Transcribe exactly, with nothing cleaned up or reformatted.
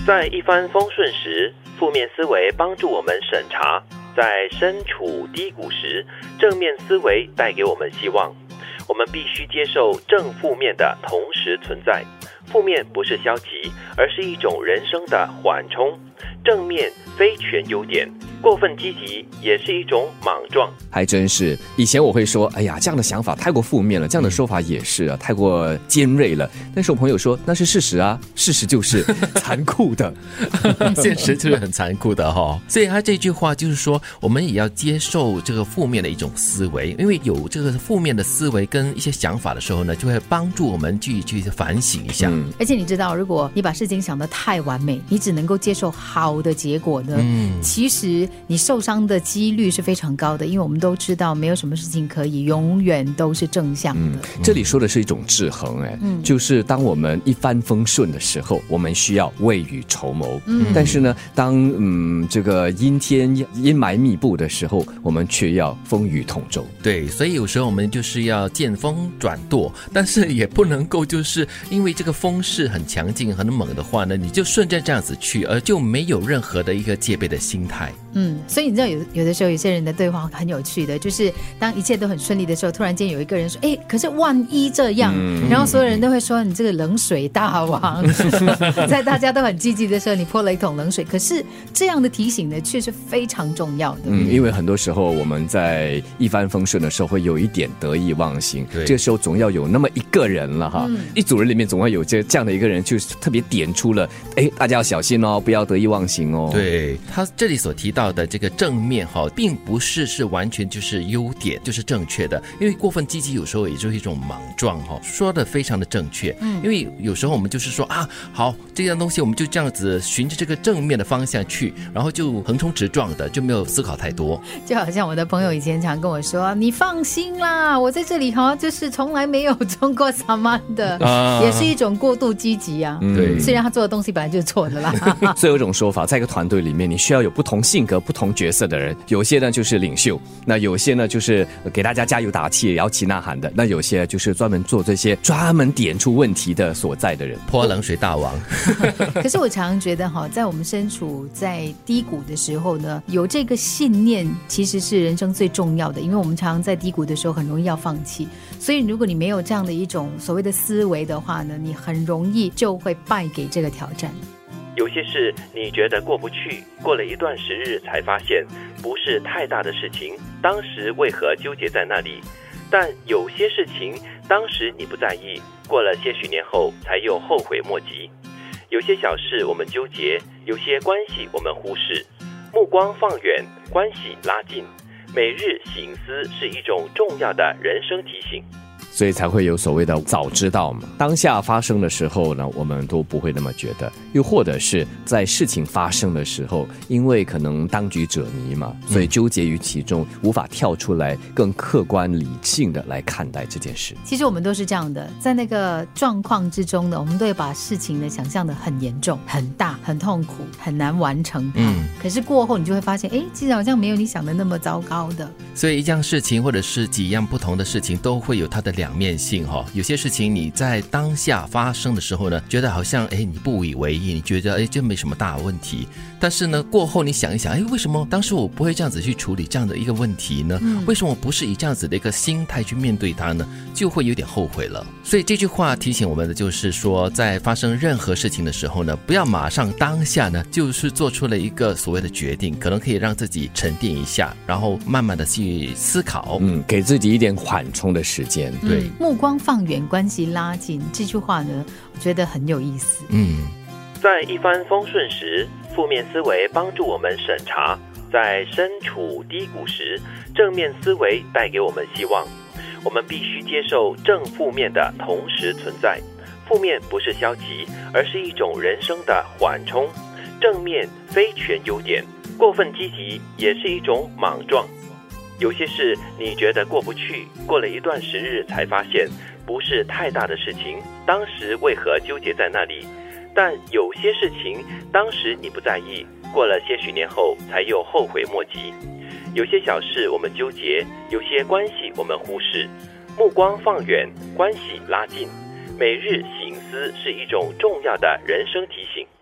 在一帆风顺时，负面思维帮助我们审查；在身处低谷时，正面思维带给我们希望。我们必须接受正负面的同时存在，负面不是消极，而是一种人生的缓冲；正面非全优点，过分积极也是一种莽撞。 还真是，以前我会说，哎呀，这样的想法太过负面了，这样的说法也是啊，太过尖锐了。但是我朋友说，那是事实啊，事实就是残酷的， 现实就是很残酷的哈、哦。所以他这句话就是说，我们也要接受这个负面的一种思维，因为有这个负面的思维跟一些想法的时候呢，就会帮助我们去去反省一下。嗯、 而且你知道，如果你把事情想得太完美，你只能够接受好的结果呢，嗯、其实你受伤的几率是非常高的，因为我们都知道没有什么事情可以永远都是正向的。 嗯、这里说的是一种制衡，哎、嗯，就是当我们一帆风顺的时候，我们需要未雨绸缪。嗯，但是呢，当嗯这个阴天阴霾密布的时候，我们却要风雨同舟。 对，所以有时候我们就是要见风转舵，但是也不能够就是因为这个风势很强劲很猛的话呢，你就顺着这样子去，而就没有任何的一个戒备的心态。 嗯，所以你知道有有的时候有些人的对话很有趣的，就是当一切都很顺利的时候，突然间有一个人说，哎，可是万一这样、嗯、然后所有人都会说你这个冷水大王在大家都很积极的时候你泼了一桶冷水，可是这样的提醒呢却是非常重要的。 嗯，因为很多时候我们在一帆风顺的时候会有一点得意忘形，这个时候总要有那么一个人了哈、嗯、一组人里面总要有这这样的一个人，就是特别点出了，哎，大家要小心哦，不要得意忘形哦。 对，他这里所提到的这个正面哈，并不是是完全就是优点就是正确的，因为过分积极有时候也就是一种莽撞哈，说的非常的正确。嗯，因为有时候我们就是说啊，好，这样东西我们就这样子循着这个正面的方向去，然后就横冲直撞的，就没有思考太多。 就好像我的朋友以前常跟我说，你放心啦，我在这里哈，就是从来没有中过萨曼的、啊、也是一种过度积极啊。对、嗯，虽然他做的东西本来就是错的啦。 所以有一种说法，在一个团队里面，你需要有不同性格、不同角色的人，有些呢就是领袖，那有些呢就是给大家加油打气、摇旗呐喊的，那有些就是专门做这些专门点出问题的所在的人， 泼冷水大王。 可是我常常觉得哈，在我们身处在低谷的时候呢，有这个信念其实是人生最重要的，因为我们常常在低谷的时候很容易要放弃，所以如果你没有这样的一种所谓的思维的话呢，你很容易就会败给这个挑战。 有些事你觉得过不去，过了一段时日才发现不是太大的事情，当时为何纠结在那里？但有些事情当时你不在意，过了些许年后才又后悔莫及。有些小事我们纠结，有些关系我们忽视，目光放远，关系拉近，每日省思是一种重要的人生提醒。 所以才会有所谓的早知道嘛。当下发生的时候呢，我们都不会那么觉得，又或者是在事情发生的时候，因为可能当局者迷嘛，所以纠结于其中，无法跳出来更客观理性的来看待这件事。 其实我们都是这样的，在那个状况之中呢，我们都会把事情呢想象的很严重、很大、很痛苦、很难完成。嗯，可是过后你就会发现，哎，其实好像没有你想的那么糟糕的。 所以一样事情或者是几样不同的事情都会有它的两面性哈。有些事情你在当下发生的时候呢，觉得好像哎你不以为意，你觉得哎这没什么大问题，但是呢过后你想一想，哎为什么当时我不会这样子去处理这样的一个问题呢？嗯、为什么我不是以这样子的一个心态去面对它呢？就会有点后悔了。所以这句话提醒我们的就是说，在发生任何事情的时候呢，不要马上当下呢就是做出了一个所谓的决定，可能可以让自己沉淀一下，然后慢慢的去思考， 嗯，给自己一点缓冲的时间。 对、嗯， 目光放远，关系拉近，这句话呢，我觉得很有意思。 嗯， 在一帆风顺时，负面思维帮助我们审查；在身处低谷时，正面思维带给我们希望。我们必须接受正负面的同时存在，负面不是消极，而是一种人生的缓冲；正面非全优点，过分积极也是一种莽撞。有些事你觉得过不去，过了一段时日才发现不是太大的事情，当时为何纠结在那里？但有些事情当时你不在意，过了些许年后才又后悔莫及。有些小事我们纠结，有些关系我们忽视，目光放远，关系拉近，每日省思是一种重要的人生提醒。